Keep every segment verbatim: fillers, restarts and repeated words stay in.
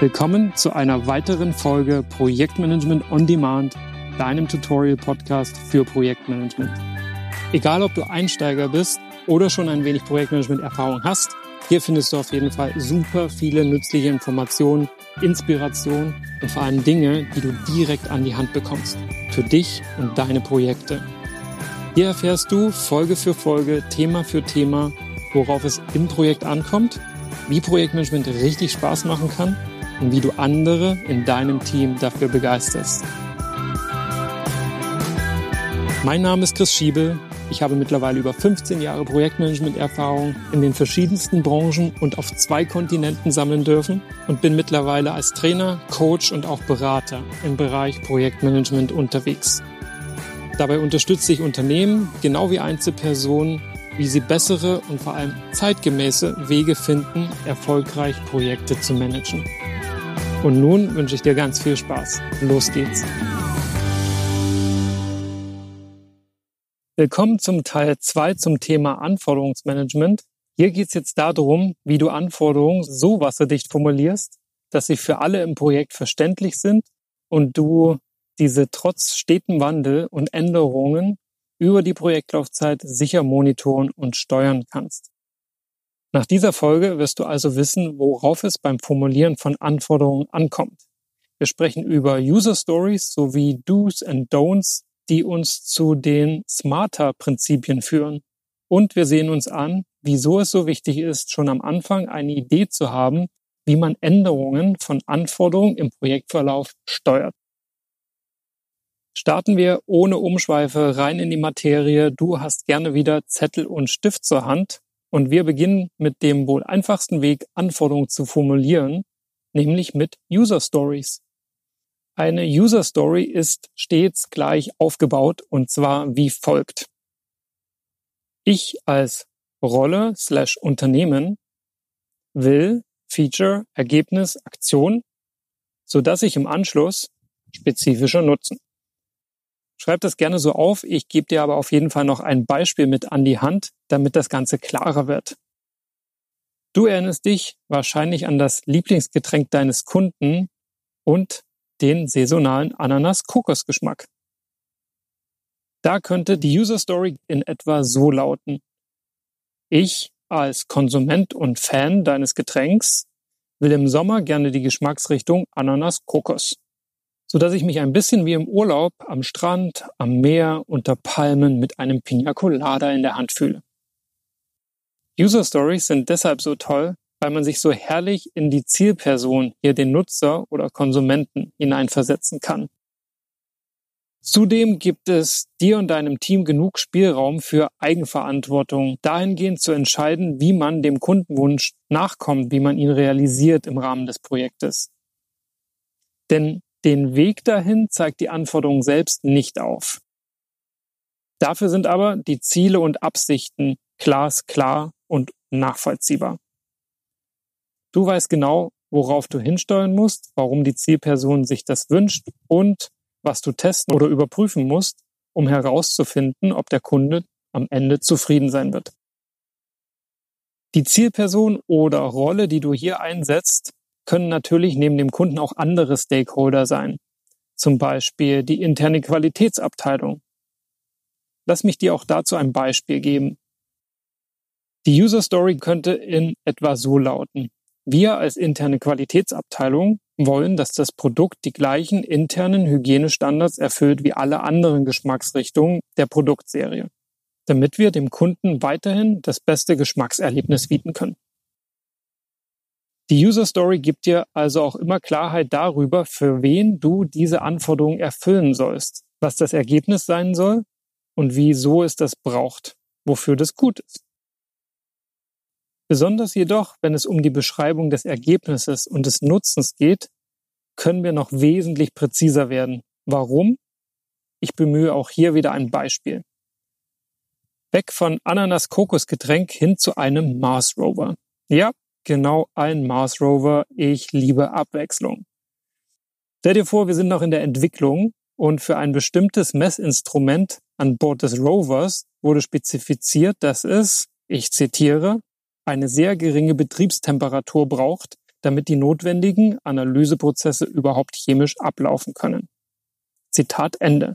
Willkommen zu einer weiteren Folge Projektmanagement on Demand, deinem Tutorial-Podcast für Projektmanagement. Egal, ob du Einsteiger bist oder schon ein wenig Projektmanagement-Erfahrung hast, hier findest du auf jeden Fall super viele nützliche Informationen, Inspiration und vor allem Dinge, die du direkt an die Hand bekommst, für dich und deine Projekte. Hier erfährst du Folge für Folge, Thema für Thema, worauf es im Projekt ankommt, wie Projektmanagement richtig Spaß machen kann und wie du andere in deinem Team dafür begeisterst. Mein Name ist Chris Schiebel. Ich habe mittlerweile über fünfzehn Jahre Projektmanagement-Erfahrung in den verschiedensten Branchen und auf zwei Kontinenten sammeln dürfen und bin mittlerweile als Trainer, Coach und auch Berater im Bereich Projektmanagement unterwegs. Dabei unterstütze ich Unternehmen, genau wie Einzelpersonen, wie sie bessere und vor allem zeitgemäße Wege finden, erfolgreich Projekte zu managen. Und nun wünsche ich dir ganz viel Spaß. Los geht's! Willkommen zum Teil zwei zum Thema Anforderungsmanagement. Hier geht es jetzt darum, wie du Anforderungen so wasserdicht formulierst, dass sie für alle im Projekt verständlich sind und du diese trotz stetem Wandel und Änderungen über die Projektlaufzeit sicher monitoren und steuern kannst. Nach dieser Folge wirst du also wissen, worauf es beim Formulieren von Anforderungen ankommt. Wir sprechen über User Stories sowie Do's and Don'ts, die uns zu den Smarter-Prinzipien führen. Und wir sehen uns an, wieso es so wichtig ist, schon am Anfang eine Idee zu haben, wie man Änderungen von Anforderungen im Projektverlauf steuert. Starten wir ohne Umschweife rein in die Materie. Du hast gerne wieder Zettel und Stift zur Hand. Und wir beginnen mit dem wohl einfachsten Weg, Anforderungen zu formulieren, nämlich mit User Stories. Eine User Story ist stets gleich aufgebaut und zwar wie folgt. Ich als Rolle slash Unternehmen will Feature, Ergebnis, Aktion, sodass ich im Anschluss spezifischer Nutzen. Schreib das gerne so auf, ich gebe dir aber auf jeden Fall noch ein Beispiel mit an die Hand, damit das Ganze klarer wird. Du erinnerst dich wahrscheinlich an das Lieblingsgetränk deines Kunden und den saisonalen Ananas-Kokosgeschmack. Da könnte die User Story in etwa so lauten. Ich als Konsument und Fan deines Getränks will im Sommer gerne die Geschmacksrichtung Ananas-Kokos, sodass ich mich ein bisschen wie im Urlaub am Strand, am Meer, unter Palmen mit einem Piña Colada in der Hand fühle. User Stories sind deshalb so toll, weil man sich so herrlich in die Zielperson, hier den Nutzer oder Konsumenten, hineinversetzen kann. Zudem gibt es dir und deinem Team genug Spielraum für Eigenverantwortung, dahingehend zu entscheiden, wie man dem Kundenwunsch nachkommt, wie man ihn realisiert im Rahmen des Projektes. Denn den Weg dahin zeigt die Anforderung selbst nicht auf. Dafür sind aber die Ziele und Absichten glasklar und nachvollziehbar. Du weißt genau, worauf du hinsteuern musst, warum die Zielperson sich das wünscht und was du testen oder überprüfen musst, um herauszufinden, ob der Kunde am Ende zufrieden sein wird. Die Zielperson oder Rolle, die du hier einsetzt, können natürlich neben dem Kunden auch andere Stakeholder sein, zum Beispiel die interne Qualitätsabteilung. Lass mich dir auch dazu ein Beispiel geben. Die User Story könnte in etwa so lauten. Wir als interne Qualitätsabteilung wollen, dass das Produkt die gleichen internen Hygienestandards erfüllt wie alle anderen Geschmacksrichtungen der Produktserie, damit wir dem Kunden weiterhin das beste Geschmackserlebnis bieten können. Die User Story gibt dir also auch immer Klarheit darüber, für wen du diese Anforderungen erfüllen sollst, was das Ergebnis sein soll und wieso es das braucht, wofür das gut ist. Besonders jedoch, wenn es um die Beschreibung des Ergebnisses und des Nutzens geht, können wir noch wesentlich präziser werden. Warum? Ich bemühe auch hier wieder ein Beispiel. Weg von Ananas-Kokosgetränk hin zu einem Mars Rover. Ja, genau ein Mars Rover. Ich liebe Abwechslung. Stell dir vor, wir sind noch in der Entwicklung und für ein bestimmtes Messinstrument an Bord des Rovers wurde spezifiziert, dass es, ich zitiere, eine sehr geringe Betriebstemperatur braucht, damit die notwendigen Analyseprozesse überhaupt chemisch ablaufen können. Zitat Ende.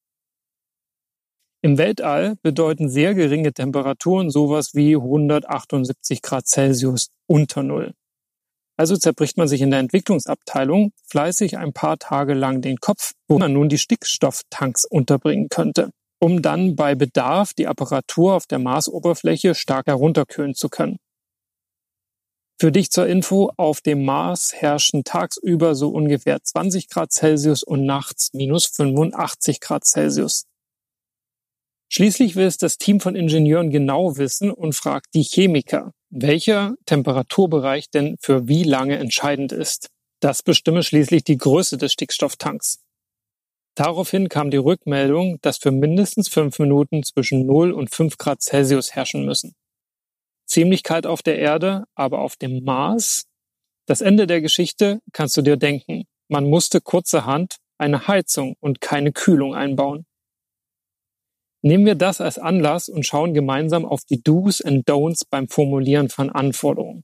Im Weltall bedeuten sehr geringe Temperaturen sowas wie hundertachtundsiebzig Grad Celsius unter Null. Also zerbricht man sich in der Entwicklungsabteilung fleißig ein paar Tage lang den Kopf, wo man nun die Stickstofftanks unterbringen könnte, um dann bei Bedarf die Apparatur auf der Marsoberfläche stark herunterkühlen zu können. Für dich zur Info, auf dem Mars herrschen tagsüber so ungefähr zwanzig Grad Celsius und nachts minus fünfundachtzig Grad Celsius. Schließlich will es das Team von Ingenieuren genau wissen und fragt die Chemiker, welcher Temperaturbereich denn für wie lange entscheidend ist. Das bestimme schließlich die Größe des Stickstofftanks. Daraufhin kam die Rückmeldung, dass für mindestens fünf Minuten zwischen null und fünf Grad Celsius herrschen müssen. Ziemlich kalt auf der Erde, aber auf dem Mars? Das Ende der Geschichte kannst du dir denken. Man musste kurzerhand eine Heizung und keine Kühlung einbauen. Nehmen wir das als Anlass und schauen gemeinsam auf die Do's and Don'ts beim Formulieren von Anforderungen.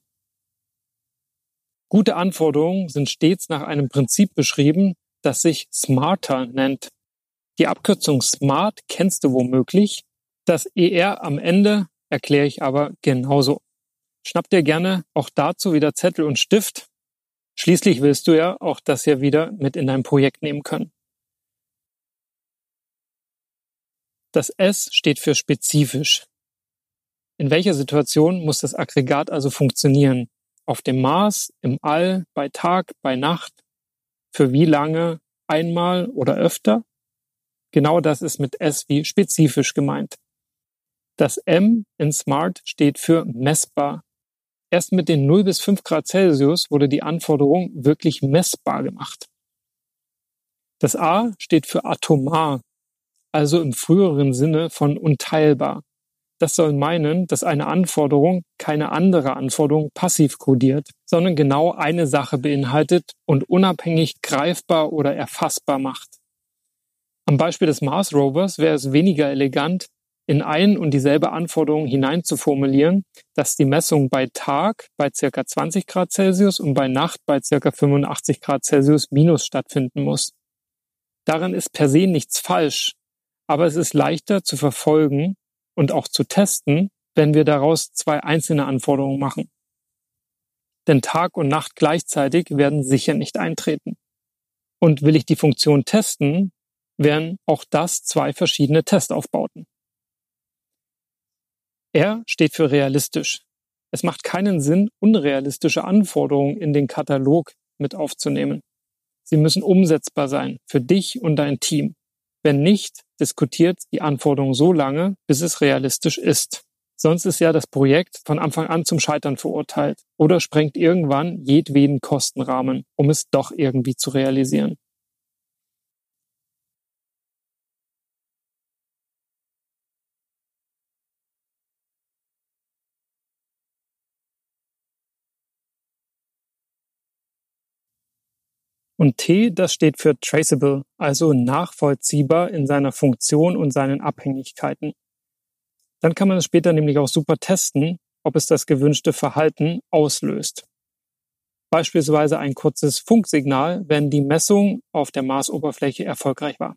Gute Anforderungen sind stets nach einem Prinzip beschrieben, das sich SMARTer nennt. Die Abkürzung SMART kennst du womöglich. Das E R am Ende erkläre ich aber genauso. Schnapp dir gerne auch dazu wieder Zettel und Stift. Schließlich willst du ja auch das hier wieder mit in dein Projekt nehmen können. Das S steht für spezifisch. In welcher Situation muss das Aggregat also funktionieren? Auf dem Mars, im All, bei Tag, bei Nacht? Für wie lange? Einmal oder öfter? Genau das ist mit S wie spezifisch gemeint. Das M in SMART steht für messbar. Erst mit den null bis fünf Grad Celsius wurde die Anforderung wirklich messbar gemacht. Das A steht für atomar, also im früheren Sinne von unteilbar. Das soll meinen, dass eine Anforderung keine andere Anforderung passiv kodiert, sondern genau eine Sache beinhaltet und unabhängig greifbar oder erfassbar macht. Am Beispiel des Mars Rovers wäre es weniger elegant, in ein und dieselbe Anforderung hinein zu formulieren, dass die Messung bei Tag bei ca. zwanzig Grad Celsius und bei Nacht bei ca. fünfundachtzig Grad Celsius minus stattfinden muss. Daran ist per se nichts falsch, aber es ist leichter zu verfolgen und auch zu testen, wenn wir daraus zwei einzelne Anforderungen machen. Denn Tag und Nacht gleichzeitig werden sicher nicht eintreten. Und will ich die Funktion testen, wären auch das zwei verschiedene Testaufbauten. R steht für realistisch. Es macht keinen Sinn, unrealistische Anforderungen in den Katalog mit aufzunehmen. Sie müssen umsetzbar sein für dich und dein Team. Wenn nicht, diskutiert die Anforderung so lange, bis es realistisch ist. Sonst ist ja das Projekt von Anfang an zum Scheitern verurteilt oder sprengt irgendwann jedweden Kostenrahmen, um es doch irgendwie zu realisieren. Und T, das steht für traceable, also nachvollziehbar in seiner Funktion und seinen Abhängigkeiten. Dann kann man es später nämlich auch super testen, ob es das gewünschte Verhalten auslöst. Beispielsweise ein kurzes Funksignal, wenn die Messung auf der Marsoberfläche erfolgreich war.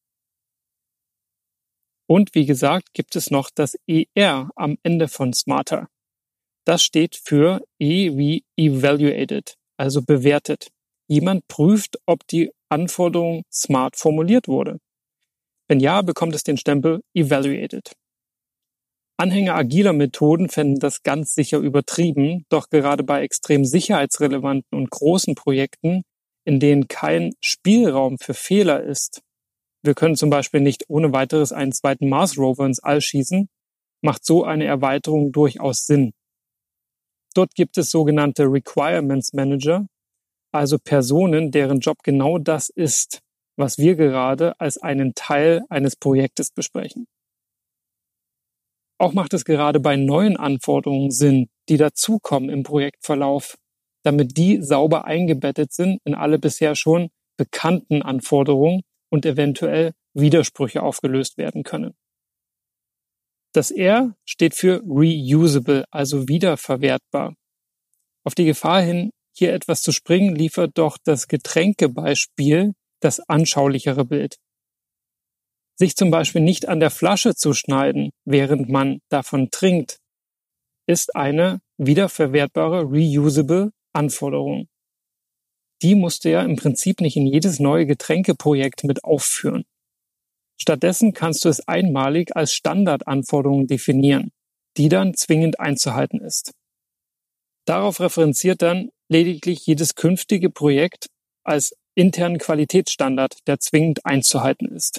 Und wie gesagt, gibt es noch das E R am Ende von SMARTer. Das steht für E wie evaluated, also bewertet. Jemand prüft, ob die Anforderung smart formuliert wurde. Wenn ja, bekommt es den Stempel evaluated. Anhänger agiler Methoden fänden das ganz sicher übertrieben, doch gerade bei extrem sicherheitsrelevanten und großen Projekten, in denen kein Spielraum für Fehler ist, wir können zum Beispiel nicht ohne weiteres einen zweiten Mars Rover ins All schießen, macht so eine Erweiterung durchaus Sinn. Dort gibt es sogenannte Requirements Manager, also Personen, deren Job genau das ist, was wir gerade als einen Teil eines Projektes besprechen. Auch macht es gerade bei neuen Anforderungen Sinn, die dazukommen im Projektverlauf, damit die sauber eingebettet sind in alle bisher schon bekannten Anforderungen und eventuell Widersprüche aufgelöst werden können. Das R steht für reusable, also wiederverwertbar. Auf die Gefahr hin, hier etwas zu springen, liefert doch das Getränkebeispiel das anschaulichere Bild. Sich zum Beispiel nicht an der Flasche zu schneiden, während man davon trinkt, ist eine wiederverwertbare, reusable Anforderung. Die musst du ja im Prinzip nicht in jedes neue Getränkeprojekt mit aufführen. Stattdessen kannst du es einmalig als Standardanforderung definieren, die dann zwingend einzuhalten ist. Darauf referenziert dann lediglich jedes künftige Projekt als internen Qualitätsstandard, der zwingend einzuhalten ist.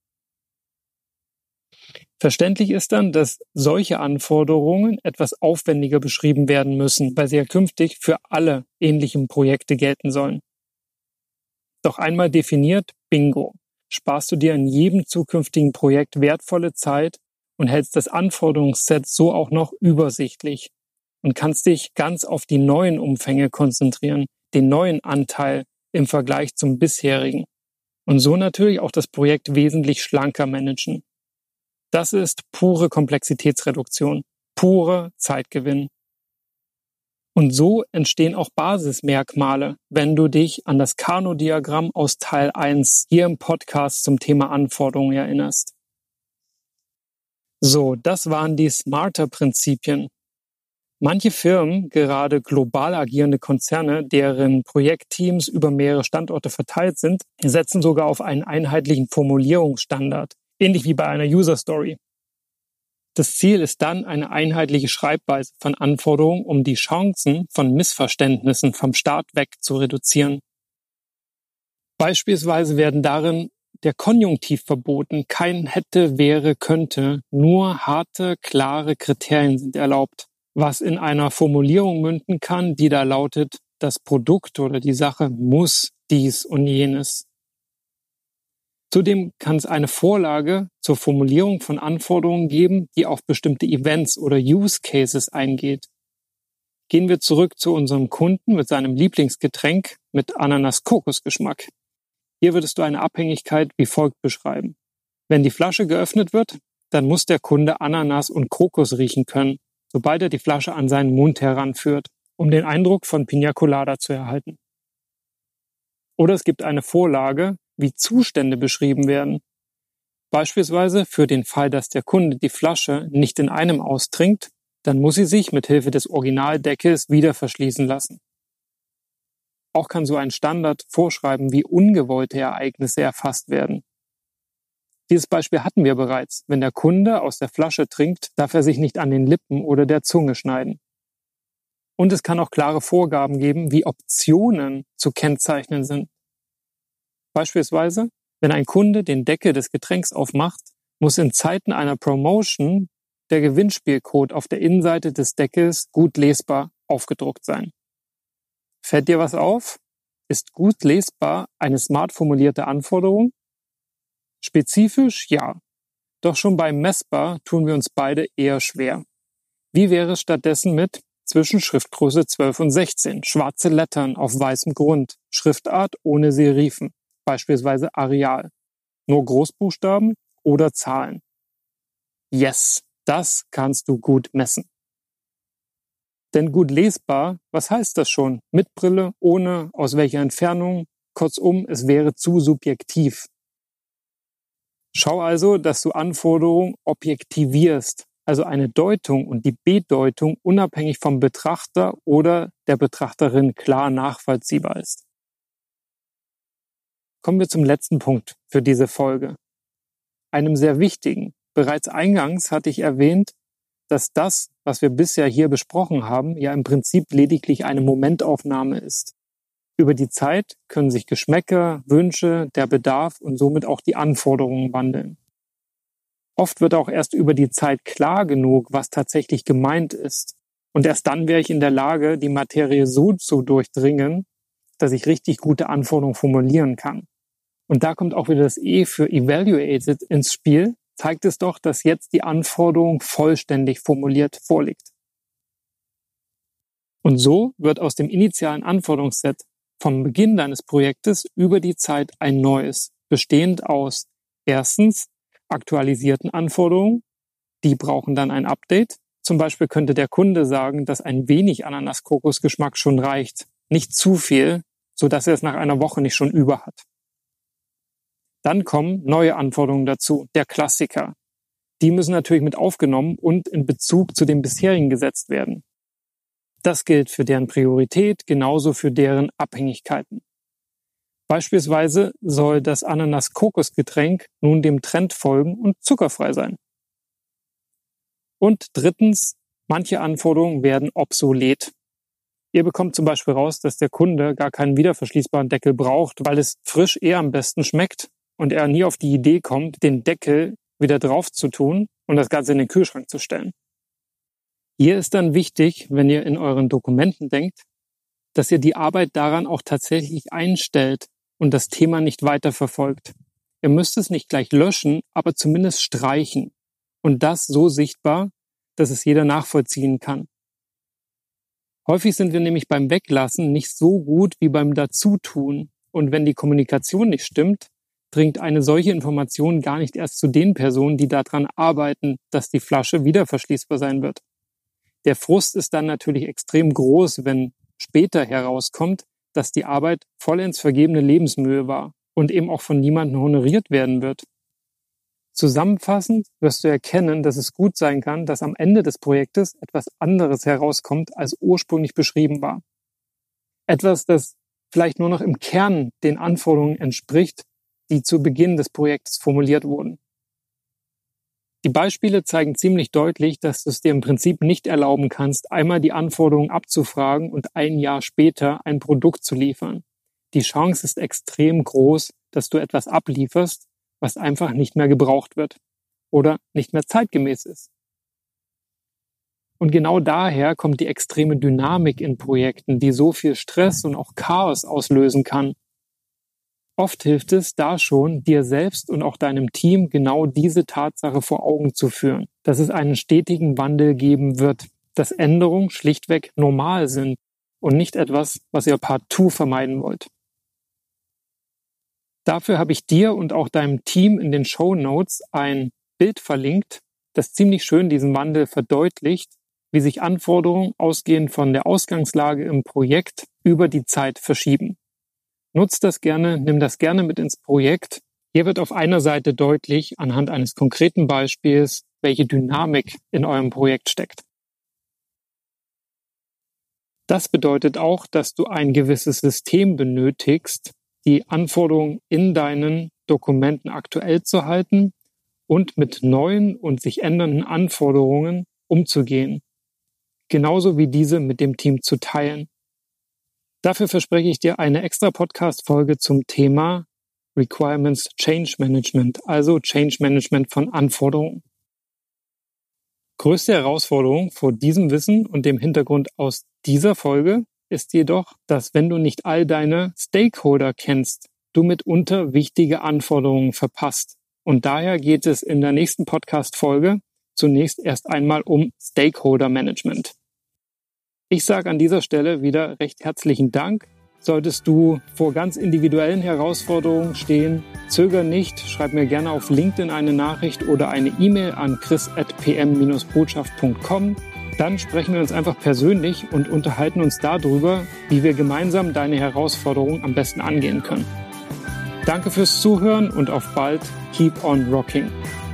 Verständlich ist dann, dass solche Anforderungen etwas aufwendiger beschrieben werden müssen, weil sie ja künftig für alle ähnlichen Projekte gelten sollen. Doch einmal definiert, bingo, sparst du dir in jedem zukünftigen Projekt wertvolle Zeit und hältst das Anforderungsset so auch noch übersichtlich und kannst dich ganz auf die neuen Umfänge konzentrieren, den neuen Anteil im Vergleich zum bisherigen und so natürlich auch das Projekt wesentlich schlanker managen. Das ist pure Komplexitätsreduktion, pure Zeitgewinn. Und so entstehen auch Basismerkmale, wenn du dich an das Kano-Diagramm aus Teil eins hier im Podcast zum Thema Anforderungen erinnerst. So, das waren die Smarter-Prinzipien. Manche Firmen, gerade global agierende Konzerne, deren Projektteams über mehrere Standorte verteilt sind, setzen sogar auf einen einheitlichen Formulierungsstandard. Ähnlich wie bei einer User Story. Das Ziel ist dann eine einheitliche Schreibweise von Anforderungen, um die Chancen von Missverständnissen vom Start weg zu reduzieren. Beispielsweise werden darin der Konjunktiv verboten, kein hätte, wäre, könnte, nur harte, klare Kriterien sind erlaubt, was in einer Formulierung münden kann, die da lautet, das Produkt oder die Sache muss dies und jenes. Zudem kann es eine Vorlage zur Formulierung von Anforderungen geben, die auf bestimmte Events oder Use Cases eingeht. Gehen wir zurück zu unserem Kunden mit seinem Lieblingsgetränk mit Ananas-Kokos-Geschmack. Hier würdest du eine Abhängigkeit wie folgt beschreiben. Wenn die Flasche geöffnet wird, dann muss der Kunde Ananas und Kokos riechen können, sobald er die Flasche an seinen Mund heranführt, um den Eindruck von Piña Colada zu erhalten. Oder es gibt eine Vorlage, wie Zustände beschrieben werden. Beispielsweise für den Fall, dass der Kunde die Flasche nicht in einem austrinkt, dann muss sie sich mit Hilfe des Originaldeckels wieder verschließen lassen. Auch kann so ein Standard vorschreiben, wie ungewollte Ereignisse erfasst werden. Dieses Beispiel hatten wir bereits. Wenn der Kunde aus der Flasche trinkt, darf er sich nicht an den Lippen oder der Zunge schneiden. Und es kann auch klare Vorgaben geben, wie Optionen zu kennzeichnen sind. Beispielsweise, wenn ein Kunde den Deckel des Getränks aufmacht, muss in Zeiten einer Promotion der Gewinnspielcode auf der Innenseite des Deckels gut lesbar aufgedruckt sein. Fällt dir was auf? Ist gut lesbar eine smart formulierte Anforderung? Spezifisch ja. Doch schon beim messbar tun wir uns beide eher schwer. Wie wäre es stattdessen mit zwischen Schriftgröße zwölf und sechzehn, schwarze Lettern auf weißem Grund, Schriftart ohne Serifen? Beispielsweise Arial, nur Großbuchstaben oder Zahlen. Yes, das kannst du gut messen. Denn gut lesbar, was heißt das schon? Mit Brille, ohne, aus welcher Entfernung? Kurzum, es wäre zu subjektiv. Schau also, dass du Anforderungen objektivierst, also eine Deutung und die Bedeutung unabhängig vom Betrachter oder der Betrachterin klar nachvollziehbar ist. Kommen wir zum letzten Punkt für diese Folge. Einem sehr wichtigen. Bereits eingangs hatte ich erwähnt, dass das, was wir bisher hier besprochen haben, ja im Prinzip lediglich eine Momentaufnahme ist. Über die Zeit können sich Geschmäcker, Wünsche, der Bedarf und somit auch die Anforderungen wandeln. Oft wird auch erst über die Zeit klar genug, was tatsächlich gemeint ist. Und erst dann wäre ich in der Lage, die Materie so zu durchdringen, dass ich richtig gute Anforderungen formulieren kann. Und da kommt auch wieder das E für Evaluated ins Spiel, zeigt es doch, dass jetzt die Anforderung vollständig formuliert vorliegt. Und so wird aus dem initialen Anforderungsset vom Beginn deines Projektes über die Zeit ein neues, bestehend aus erstens aktualisierten Anforderungen, die brauchen dann ein Update. Zum Beispiel könnte der Kunde sagen, dass ein wenig Ananas-Kokos-Geschmack schon reicht. nicht zu viel, sodass er es nach einer Woche nicht schon über hat. Dann kommen neue Anforderungen dazu, der Klassiker. Die müssen natürlich mit aufgenommen und in Bezug zu dem bisherigen gesetzt werden. Das gilt für deren Priorität, genauso für deren Abhängigkeiten. Beispielsweise soll das Ananas-Kokos-Getränk nun dem Trend folgen und zuckerfrei sein. Und drittens, manche Anforderungen werden obsolet. Ihr bekommt zum Beispiel raus, dass der Kunde gar keinen wiederverschließbaren Deckel braucht, weil es frisch eher am besten schmeckt und er nie auf die Idee kommt, den Deckel wieder drauf zu tun und das Ganze in den Kühlschrank zu stellen. Hier ist dann wichtig, wenn ihr in euren Dokumenten denkt, dass ihr die Arbeit daran auch tatsächlich einstellt und das Thema nicht weiter verfolgt. Ihr müsst es nicht gleich löschen, aber zumindest streichen. Und das so sichtbar, dass es jeder nachvollziehen kann. Häufig sind wir nämlich beim Weglassen nicht so gut wie beim Dazutun. Und wenn die Kommunikation nicht stimmt, dringt eine solche Information gar nicht erst zu den Personen, die daran arbeiten, dass die Flasche wieder verschließbar sein wird. Der Frust ist dann natürlich extrem groß, wenn später herauskommt, dass die Arbeit vollends vergebene Lebensmühe war und eben auch von niemandem honoriert werden wird. Zusammenfassend wirst du erkennen, dass es gut sein kann, dass am Ende des Projektes etwas anderes herauskommt, als ursprünglich beschrieben war. Etwas, das vielleicht nur noch im Kern den Anforderungen entspricht, die zu Beginn des Projektes formuliert wurden. Die Beispiele zeigen ziemlich deutlich, dass du es dir im Prinzip nicht erlauben kannst, einmal die Anforderungen abzufragen und ein Jahr später ein Produkt zu liefern. Die Chance ist extrem groß, dass du etwas ablieferst, was einfach nicht mehr gebraucht wird oder nicht mehr zeitgemäß ist. Und genau daher kommt die extreme Dynamik in Projekten, die so viel Stress und auch Chaos auslösen kann. Oft hilft es da schon, dir selbst und auch deinem Team genau diese Tatsache vor Augen zu führen, dass es einen stetigen Wandel geben wird, dass Änderungen schlichtweg normal sind und nicht etwas, was ihr partout vermeiden wollt. Dafür habe ich dir und auch deinem Team in den Shownotes ein Bild verlinkt, das ziemlich schön diesen Wandel verdeutlicht, wie sich Anforderungen ausgehend von der Ausgangslage im Projekt über die Zeit verschieben. Nutzt das gerne, nimm das gerne mit ins Projekt. Hier wird auf einer Seite deutlich, anhand eines konkreten Beispiels, welche Dynamik in eurem Projekt steckt. Das bedeutet auch, dass du ein gewisses System benötigst, die Anforderungen in deinen Dokumenten aktuell zu halten und mit neuen und sich ändernden Anforderungen umzugehen. Genauso wie diese mit dem Team zu teilen. Dafür verspreche ich dir eine extra Podcast-Folge zum Thema Requirements Change Management, also Change Management von Anforderungen. Größte Herausforderung vor diesem Wissen und dem Hintergrund aus dieser Folge ist jedoch, dass wenn du nicht all deine Stakeholder kennst, du mitunter wichtige Anforderungen verpasst. Und daher geht es in der nächsten Podcast-Folge zunächst erst einmal um Stakeholder Management. Ich sage an dieser Stelle wieder recht herzlichen Dank. Solltest du vor ganz individuellen Herausforderungen stehen, zöger nicht, schreib mir gerne auf LinkedIn eine Nachricht oder eine E-Mail an chris at p m dash botschaft punkt com. Dann sprechen wir uns einfach persönlich und unterhalten uns darüber, wie wir gemeinsam deine Herausforderungen am besten angehen können. Danke fürs Zuhören und auf bald. Keep on rocking.